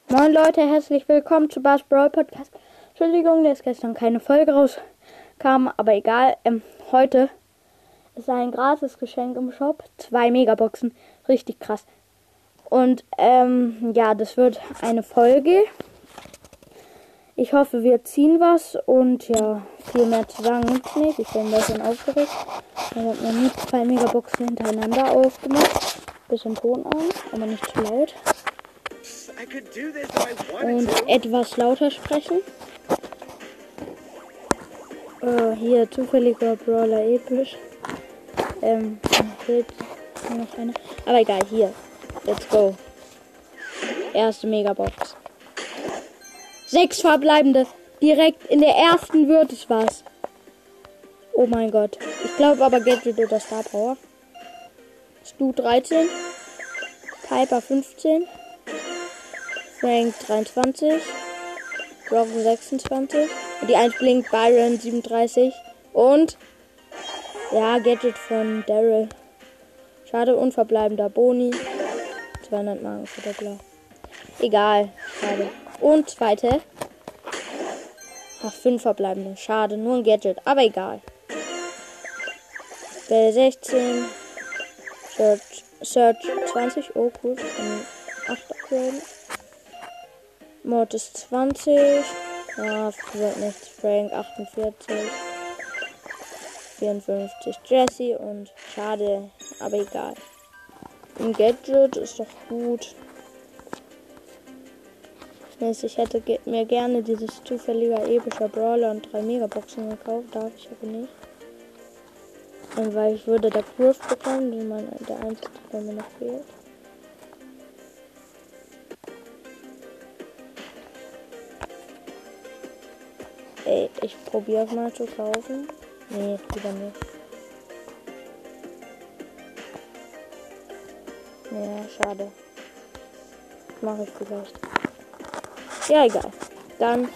Moin Leute, herzlich willkommen zu Bars Brawl Podcast. Entschuldigung, dass gestern keine Folge rauskam, aber egal. Heute ist ein gratis Geschenk im Shop. 2 Megaboxen. Richtig krass. Und ja, das wird eine Folge. Ich hoffe, wir ziehen was. Und ja, viel mehr zu sagen gibt's nicht. Ich bin ein bisschen aufgeregt. Ich habe noch nie 2 Megaboxen hintereinander aufgemacht. Bisschen Ton an, aber nicht zu laut. Und etwas lauter sprechen. Hier zufälliger Brawler episch. Fehlt noch eine. Aber egal, hier. Let's go. Erste Megabox. 6 verbleibende. Direkt in der ersten wird es was. Oh mein Gott. Ich glaube aber Gadget oder Star Power. Stu 13. Piper 15. Frank 23, Brock 26, und die 1 blinkt, Byron 37 und ja, Gadget von Daryl. Schade, unverbleibender Boni. 200 Marken für der Blau. Egal, schade. Und zweite. Ach, 5 verbleibende. Schade, nur ein Gadget, aber egal. Bell 16, Search 20, oh cool, 8 upgraden. Mortis 20. Ja, wird nichts. Frank 48. 54 Jesse und schade, aber egal. Ein Gadget ist doch gut. Ich hätte mir gerne dieses zufälliger epischer Brawler und 3 Megaboxen gekauft, darf ich aber nicht. Und weil ich würde da Griff bekommen, der einzige, der mir noch fehlt. Ey, ich probiere es mal zu kaufen. Nee, lieber nicht. Ja, schade. Mache ich vielleicht. Ja, egal. Dann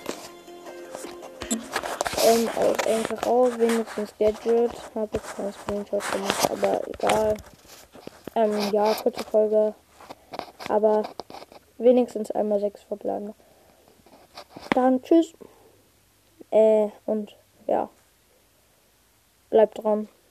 aus einfach raus, wenigstens Gadget. Habe jetzt keinen Screenshot gemacht, aber egal. Ja, kurze Folge. Aber wenigstens einmal 6 verbleiben. Dann tschüss. Und ja, bleibt dran.